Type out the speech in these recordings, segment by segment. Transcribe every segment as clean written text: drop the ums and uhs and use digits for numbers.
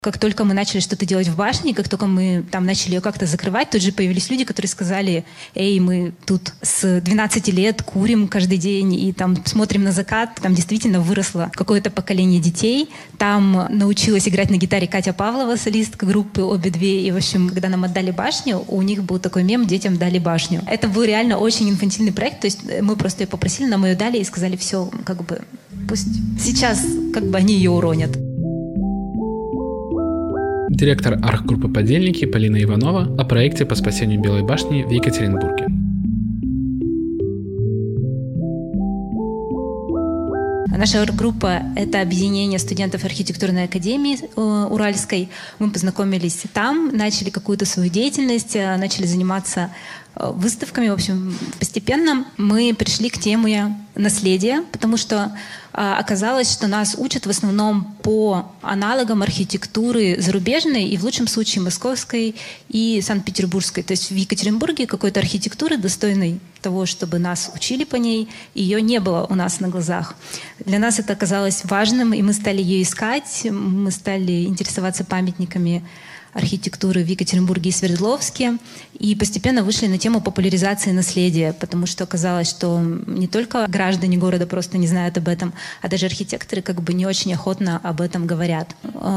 Как только мы начали что-то делать в башне, как только мы там начали ее как-то закрывать, тут же появились люди, которые сказали: «Эй, мы тут с 12 лет курим каждый день и там смотрим на закат». Там действительно выросло какое-то поколение детей. Там научилась играть на гитаре Катя Павлова, солистка группы «Обе две». И, в общем, когда нам отдали башню, у них был такой мем «Детям дали башню». Это был реально очень инфантильный проект. То есть мы просто ее попросили, нам ее дали и сказали: все, как бы пусть сейчас как бы они ее уронят. Директор архгруппы «Подельники» Полина Иванова о проекте по спасению Белой башни в Екатеринбурге. Наша архгруппа — это объединение студентов архитектурной академии Уральской. Мы познакомились там, начали какую-то свою деятельность, начали заниматься выставками. В общем, постепенно мы пришли к теме наследия, потому что оказалось, что нас учат в основном по аналогам архитектуры зарубежной и в лучшем случае московской и санкт-петербургской. То есть в Екатеринбурге какой-то архитектуры, достойной того, чтобы нас учили по ней, ее не было у нас на глазах. Для нас это оказалось важным, и мы стали ее искать, мы стали интересоваться памятниками архитектуры в Екатеринбурге и Свердловске, и постепенно вышли на тему популяризации наследия, потому что оказалось, что не только граждане города просто не знают об этом, а даже архитекторы как бы не очень охотно об этом говорят.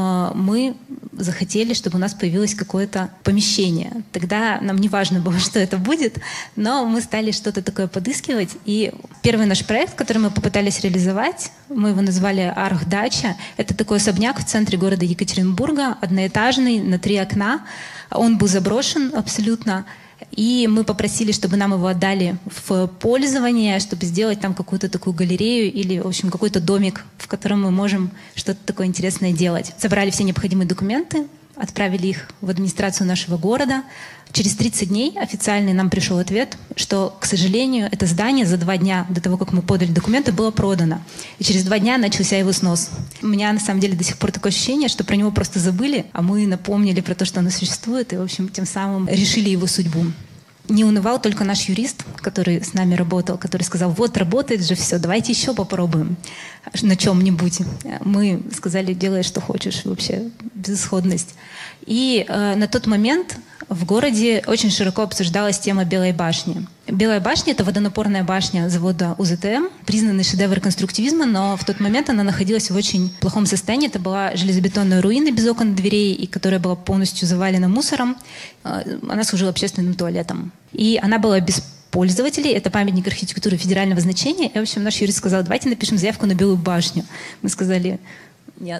Мы захотели, чтобы у нас появилось какое-то помещение. Тогда нам не важно было, что это будет, но мы стали что-то такое подыскивать, и первый наш проект, который мы попытались реализовать, мы его назвали «Архдача». Это такой особняк в центре города Екатеринбурга, одноэтажный, на 3 окна. Он был заброшен абсолютно. И мы попросили, чтобы нам его отдали в пользование, чтобы сделать там какую-то такую галерею или, в общем, какой-то домик, в котором мы можем что-то такое интересное делать. Собрали все необходимые документы, отправили их в администрацию нашего города. Через 30 дней официальный нам пришел ответ, что, к сожалению, это здание за 2 дня до того, как мы подали документы, было продано. И через 2 дня начался его снос. У меня, на самом деле, до сих пор такое ощущение, что про него просто забыли, а мы напомнили про то, что оно существует, и, в общем, тем самым решили его судьбу. Не унывал только наш юрист, который с нами работал, который сказал: вот, работает же все, давайте еще попробуем на чем-нибудь. Мы сказали: делай, что хочешь, вообще безысходность. И на тот момент в городе очень широко обсуждалась тема Белой башни. Белая башня — это водонапорная башня завода УЗТМ, признанный шедевр конструктивизма, но в тот момент она находилась в очень плохом состоянии. Это была железобетонная руина без окон и дверей, и которая была полностью завалена мусором. Она служила общественным туалетом. И она была без пользователей. Это памятник архитектуры федерального значения. И, в общем, наш юрист сказал: давайте напишем заявку на Белую башню. Мы сказали: нет.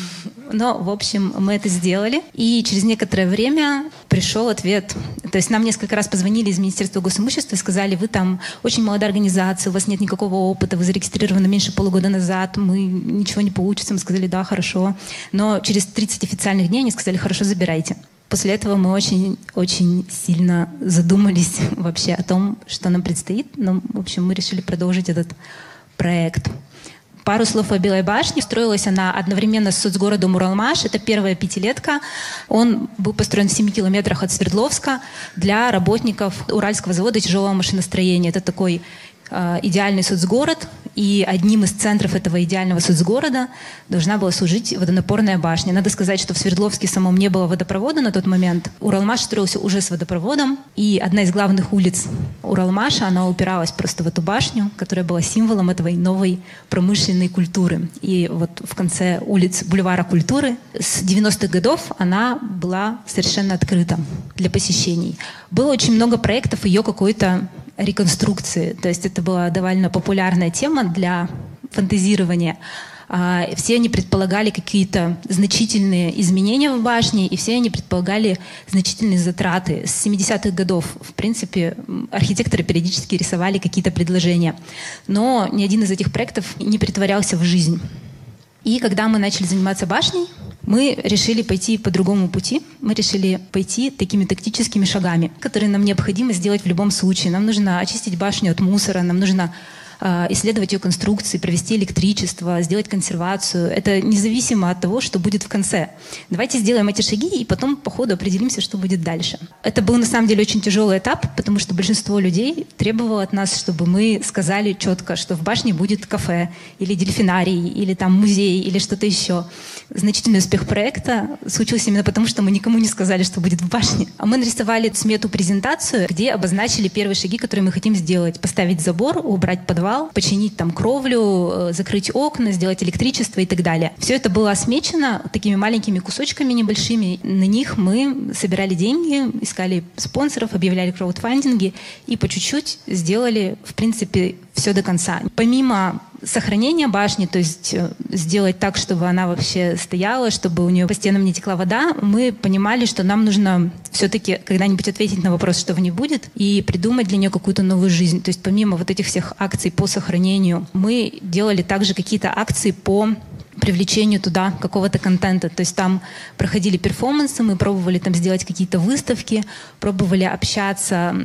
Но, в общем, мы это сделали. И через некоторое время пришел ответ. То есть нам несколько раз позвонили из Министерства госимущества и сказали: вы там очень молодая организация, у вас нет никакого опыта, вы зарегистрированы меньше полугода назад, ничего не получится. Мы сказали: да, хорошо. Но через 30 официальных дней они сказали: хорошо, забирайте. После этого мы очень сильно задумались вообще о том, что нам предстоит. Но, в общем, мы решили продолжить этот проект. Пару слов о Белой башне. Строилась она одновременно с соцгородом Уралмаш. Это первая 5-летка. Он был построен в 7 километрах от Свердловска для работников Уральского завода тяжелого машиностроения. Это такой идеальный соцгород, и одним из центров этого идеального соцгорода должна была служить водонапорная башня. Надо сказать, что в Свердловске самом не было водопровода на тот момент. Уралмаш строился уже с водопроводом, и одна из главных улиц Уралмаша, она упиралась просто в эту башню, которая была символом этой новой промышленной культуры. И вот в конце улиц бульвара Культуры с 90-х годов она была совершенно открыта для посещений. Было очень много проектов ее какой-то реконструкции. То есть это была довольно популярная тема для фантазирования. Все они предполагали какие-то значительные изменения в башне, и все они предполагали значительные затраты. С 70-х годов, в принципе, архитекторы периодически рисовали какие-то предложения. Но ни один из этих проектов не претворялся в жизнь. И когда мы начали заниматься башней, мы решили пойти по другому пути. Мы решили пойти такими тактическими шагами, которые нам необходимо сделать в любом случае. Нам нужно очистить башню от мусора, нам нужно исследовать ее конструкции, провести электричество, сделать консервацию. Это независимо от того, что будет в конце. Давайте сделаем эти шаги и потом по ходу определимся, что будет дальше. Это был на самом деле очень тяжелый этап, потому что большинство людей требовало от нас, чтобы мы сказали четко, что в башне будет кафе или дельфинарий, или там музей, или что-то еще. Значительный успех проекта случился именно потому, что мы никому не сказали, что будет в башне. А мы нарисовали смету-презентацию, где обозначили первые шаги, которые мы хотим сделать. Поставить забор, убрать подвал, починить там кровлю, закрыть окна, сделать электричество и так далее. Все это было осмечено такими маленькими кусочками небольшими. На них мы собирали деньги, искали спонсоров, объявляли краудфандинги и по чуть-чуть сделали, в принципе, все до конца. Помимо сохранения башни, то есть сделать так, чтобы она вообще стояла, чтобы у нее по стенам не текла вода, мы понимали, что нам нужно все-таки когда-нибудь ответить на вопрос, что в ней будет, и придумать для нее какую-то новую жизнь. То есть помимо вот этих всех акций по сохранению, мы делали также какие-то акции по привлечению туда какого-то контента. То есть там проходили перформансы, мы пробовали там сделать какие-то выставки, пробовали общаться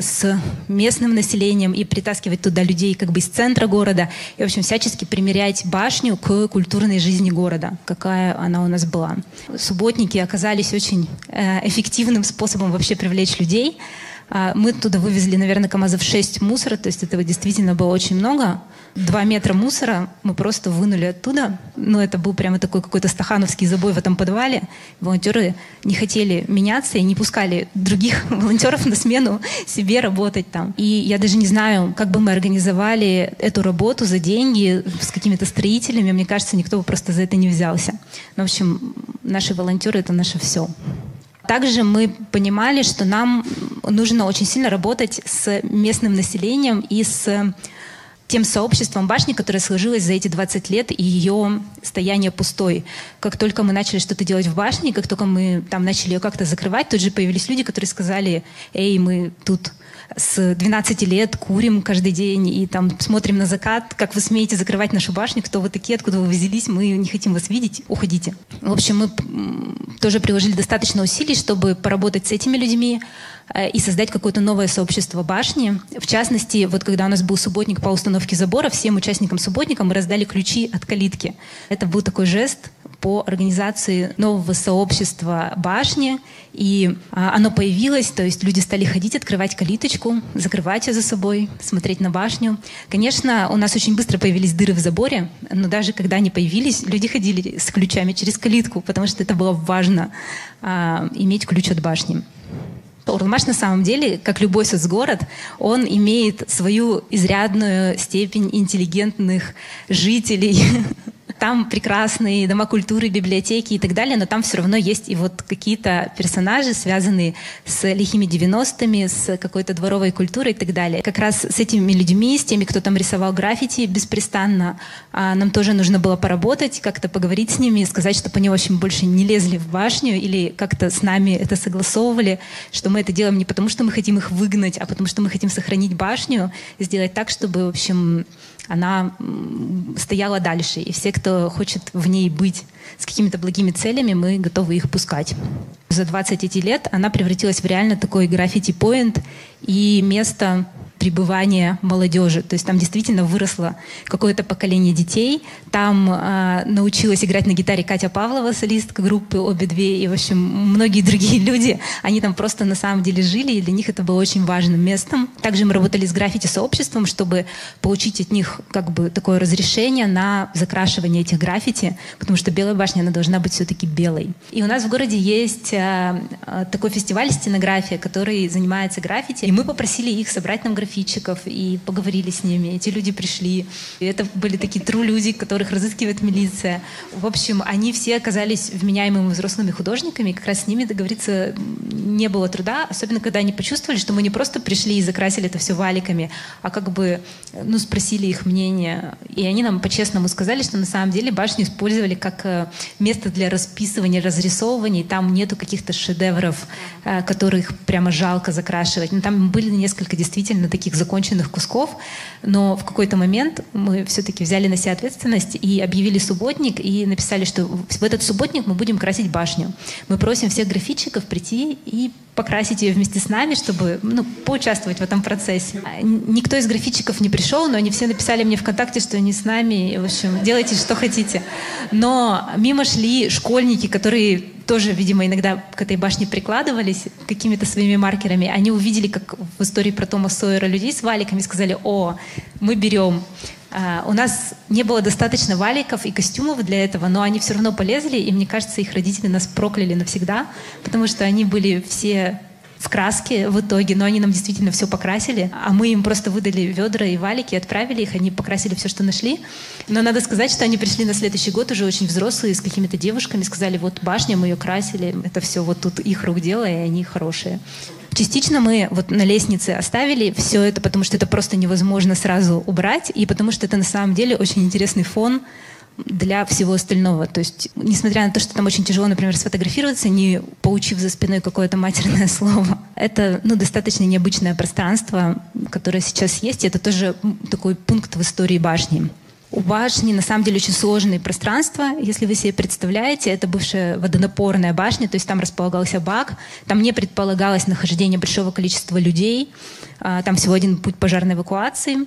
с местным населением и притаскивать туда людей как бы из центра города. И, в общем, всячески примерять башню к культурной жизни города, какая она у нас была. Субботники оказались очень эффективным способом вообще привлечь людей. Мы туда вывезли, наверное, КАМАЗов 6 мусора, то есть этого действительно было очень много. 2 метра мусора мы просто вынули оттуда. Но это был прямо такой какой-то стахановский забой в этом подвале. Волонтеры не хотели меняться и не пускали других волонтеров на смену себе работать там. И я даже не знаю, как бы мы организовали эту работу за деньги с какими-то строителями. Мне кажется, никто бы просто за это не взялся. Но, в общем, наши волонтеры — это наше все. Также мы понимали, что нам нужно очень сильно работать с местным населением и с тем сообществом башни, которое сложилось за эти 20 лет и ее стояние пустой. Как только мы начали что-то делать в башне, как только мы там начали ее как-то закрывать, тут же появились люди, которые сказали: «Эй, мы тут с 12 лет курим каждый день и там смотрим на закат. Как вы смеете закрывать нашу башню? Кто вы такие? Откуда вы взялись? Мы не хотим вас видеть. Уходите». В общем, мы тоже приложили достаточно усилий, чтобы поработать с этими людьми и создать какое-то новое сообщество башни. В частности, вот когда у нас был субботник по установке забора, всем участникам субботника мы раздали ключи от калитки. Это был такой жест по организации нового сообщества башни, и оно появилось, то есть люди стали ходить, открывать калиточку, закрывать ее за собой, смотреть на башню. Конечно, у нас очень быстро появились дыры в заборе, но даже когда они появились, люди ходили с ключами через калитку, потому что это было важно, иметь ключ от башни. Уралмаш на самом деле, как любой соцгород, он имеет свою изрядную степень интеллигентных жителей. Там прекрасные дома культуры, библиотеки и так далее, но там все равно есть и вот какие-то персонажи, связанные с лихими 90-ми, с какой-то дворовой культурой и так далее. Как раз с этими людьми, с теми, кто там рисовал граффити беспрестанно, нам тоже нужно было поработать, как-то поговорить с ними, сказать, чтобы они, в общем, больше не лезли в башню или как-то с нами это согласовывали, что мы это делаем не потому, что мы хотим их выгнать, а потому, что мы хотим сохранить башню, сделать так, чтобы, в общем, она стояла дальше. И все, кто хочет в ней быть с какими-то благими целями, мы готовы их пускать. За 20 эти лет она превратилась в реально такой граффити-поинт и место пребывания молодежи. То есть там действительно выросло какое-то поколение детей. Там научилась играть на гитаре Катя Павлова, солистка группы «Обе две», и, в общем, многие другие люди. Они там просто на самом деле жили, и для них это было очень важным местом. Также мы работали с граффити-сообществом, чтобы получить от них как бы такое разрешение на закрашивание этих граффити, потому что Белая башня, она должна быть все-таки белой. И у нас в городе есть такой фестиваль «Стенография», который занимается граффити, и мы попросили их собрать нам граффитчиков и поговорили с ними. Эти люди пришли. И это были такие true люди, которых разыскивает милиция. В общем, они все оказались вменяемыми взрослыми художниками, и как раз с ними договориться не было труда, особенно когда они почувствовали, что мы не просто пришли и закрасили это все валиками, а как бы спросили их мнение. И они нам по-честному сказали, что на самом деле башню использовали как место для расписывания, разрисовывания, и там нету каких-то шедевров, которых прямо жалко закрашивать. Но там были несколько действительно таких таких законченных кусков, но в какой-то момент мы все-таки взяли на себя ответственность и объявили субботник, и написали, что в этот субботник мы будем красить башню. Мы просим всех графитчиков прийти и покрасить ее вместе с нами, чтобы поучаствовать в этом процессе. Никто из графитчиков не пришел, но они все написали мне ВКонтакте, что они с нами, и, в общем, делайте, что хотите. Но мимо шли школьники, которые тоже, видимо, иногда к этой башне прикладывались какими-то своими маркерами. Они увидели, как в истории про Тома Сойера, людей с валиками, сказали: «О, мы берем». У нас не было достаточно валиков и костюмов для этого, но они все равно полезли, и мне кажется, их родители нас прокляли навсегда, потому что они были все в краске в итоге, но они нам действительно все покрасили, а мы им просто выдали ведра и валики, отправили их, они покрасили все, что нашли. Но надо сказать, что они пришли на следующий год уже очень взрослые, с какими-то девушками, сказали: вот башня, мы ее красили, это все вот тут их рук дело, и они хорошие. Частично мы вот на лестнице оставили все это, потому что это просто невозможно сразу убрать, и потому что это на самом деле очень интересный фон для всего остального. То есть, несмотря на то, что там очень тяжело, например, сфотографироваться, не поучив за спиной какое-то матерное слово, это достаточно необычное пространство, которое сейчас есть, и это тоже такой пункт в истории башни. У башни на самом деле очень сложные пространства. Если вы себе представляете, это бывшая водонапорная башня, то есть там располагался бак, там не предполагалось нахождение большого количества людей, там всего один путь пожарной эвакуации.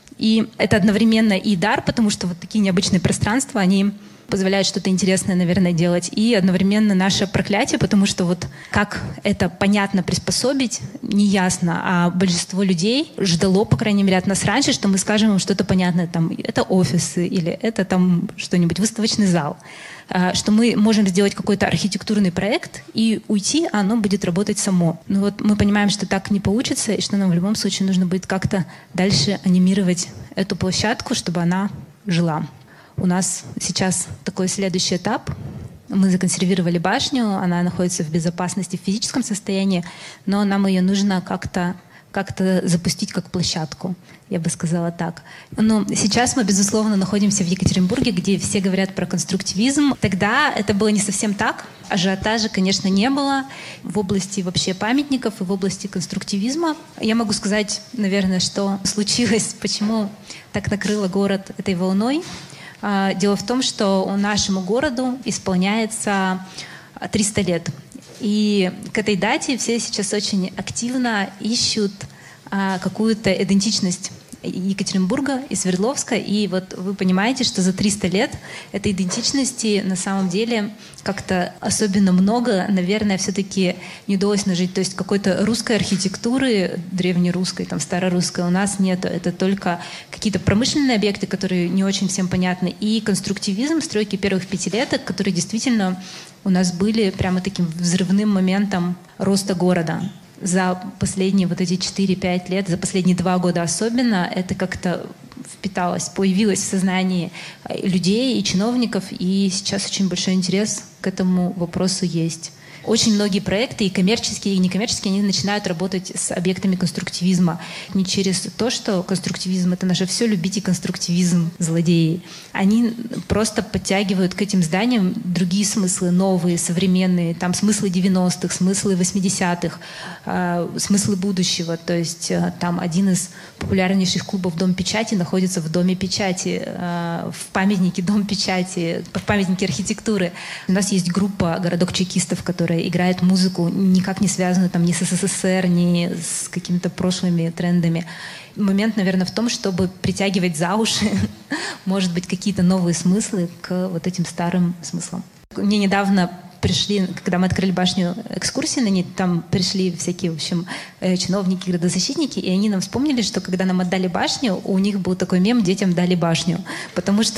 И это одновременно и дар, потому что вот такие необычные пространства, они позволяют что-то интересное, наверное, делать, и одновременно наше проклятие, потому что вот как это понятно приспособить, неясно, а большинство людей ждало, по крайней мере, от нас раньше, что мы скажем им что-то понятное, там, это офисы или это там что-нибудь, выставочный зал, что мы можем сделать какой-то архитектурный проект и уйти, а оно будет работать само. Но вот мы понимаем, что так не получится, и что нам в любом случае нужно будет как-то дальше анимировать эту площадку, чтобы она жила. У нас сейчас такой следующий этап. Мы законсервировали башню, она находится в безопасности в физическом состоянии, но нам ее нужно как-то запустить как площадку, я бы сказала так. Но сейчас мы, безусловно, находимся в Екатеринбурге, где все говорят про конструктивизм. Тогда это было не совсем так. Ажиотажа, конечно, не было в области вообще памятников и в области конструктивизма. Я могу сказать, наверное, что случилось, почему так накрыло город этой волной. Дело в том, что нашему городу исполняется 300 лет. И к этой дате все сейчас очень активно ищут какую-то идентичность Екатеринбурга и Свердловска. И вот вы понимаете, что за 300 лет этой идентичности на самом деле как-то особенно много, наверное, все-таки не удалось нажить. То есть какой-то русской архитектуры, древнерусской, там, старорусской у нас нет. Это только какие-то промышленные объекты, которые не очень всем понятны. И конструктивизм, стройки первых пятилеток, которые действительно у нас были прямо таким взрывным моментом роста города. За последние вот эти 4-5 лет, за последние 2 года особенно, это как-то впиталось, появилось в сознании людей и чиновников, и сейчас очень большой интерес к этому вопросу есть. Очень многие проекты, и коммерческие, и некоммерческие, они начинают работать с объектами конструктивизма. Не через то, что конструктивизм — это наше все, любите конструктивизм, злодеи. Они просто подтягивают к этим зданиям другие смыслы, новые, современные, там смыслы 90-х, смыслы 80-х, смыслы будущего. То есть там один из популярнейших клубов «Дом печати» находится в Доме печати, в памятнике «Дом печати», в памятнике архитектуры. У нас есть группа «Городок чекистов», которая играет музыку, никак не связанную там, ни с СССР, ни с какими-то прошлыми трендами. Момент, наверное, в том, чтобы притягивать за уши, может быть, какие-то новые смыслы к вот этим старым смыслам. Мне недавно пришли, когда мы открыли башню, экскурсии на ней, там пришли всякие, в общем, чиновники, градозащитники, и они нам вспомнили, что когда нам отдали башню, у них был такой мем «Детям дали башню», потому что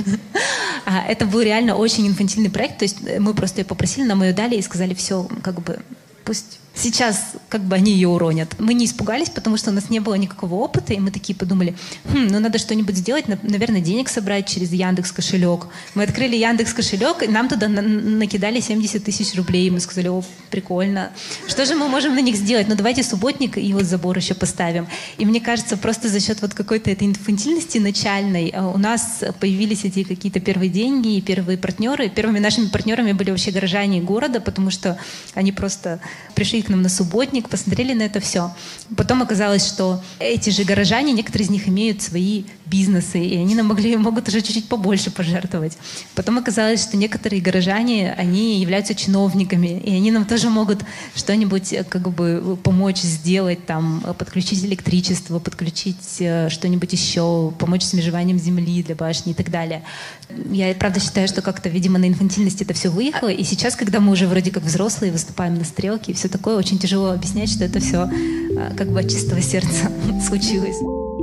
это был реально очень инфантильный проект, то есть мы просто ее попросили, нам ее дали и сказали: все, как бы пусть сейчас как бы они ее уронят. Мы не испугались, потому что у нас не было никакого опыта, и мы такие подумали: ну надо что-нибудь сделать, наверное, денег собрать через Яндекс кошелек. Мы открыли Яндекс кошелек, и нам туда накидали 70 тысяч рублей. И мы сказали: о, прикольно. Что же мы можем на них сделать? Ну давайте субботник и вот забор еще поставим. И мне кажется, просто за счет вот какой-то этой инфантильности начальной у нас появились эти какие-то первые деньги и первые партнеры. Первыми нашими партнерами были вообще горожане города, потому что они просто пришли пришли к нам на субботник, посмотрели на это все. Потом оказалось, что эти же горожане, некоторые из них имеют свои бизнесы, и они нам могут уже чуть-чуть побольше пожертвовать. Потом оказалось, что некоторые горожане, они являются чиновниками, и они нам тоже могут что-нибудь помочь сделать, там, подключить электричество, подключить что-нибудь еще, помочь с межеванием земли для башни и так далее. Я, правда, считаю, что как-то, видимо, на инфантильности это все выехало, и сейчас, когда мы уже вроде как взрослые, выступаем на стрелке и все такое, очень тяжело объяснять, что это все от чистого сердца случилось.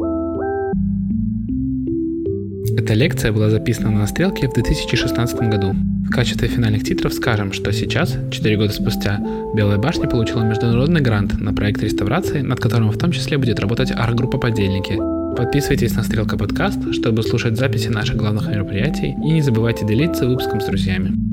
Эта лекция была записана на стрелке в 2016 году. В качестве финальных титров скажем, что сейчас, 4 года спустя, Белая башня получила международный грант на проект реставрации, над которым в том числе будет работать арт-группа «Подельники». Подписывайтесь на Стрелка подкаст, чтобы слушать записи наших главных мероприятий, и не забывайте делиться выпуском с друзьями.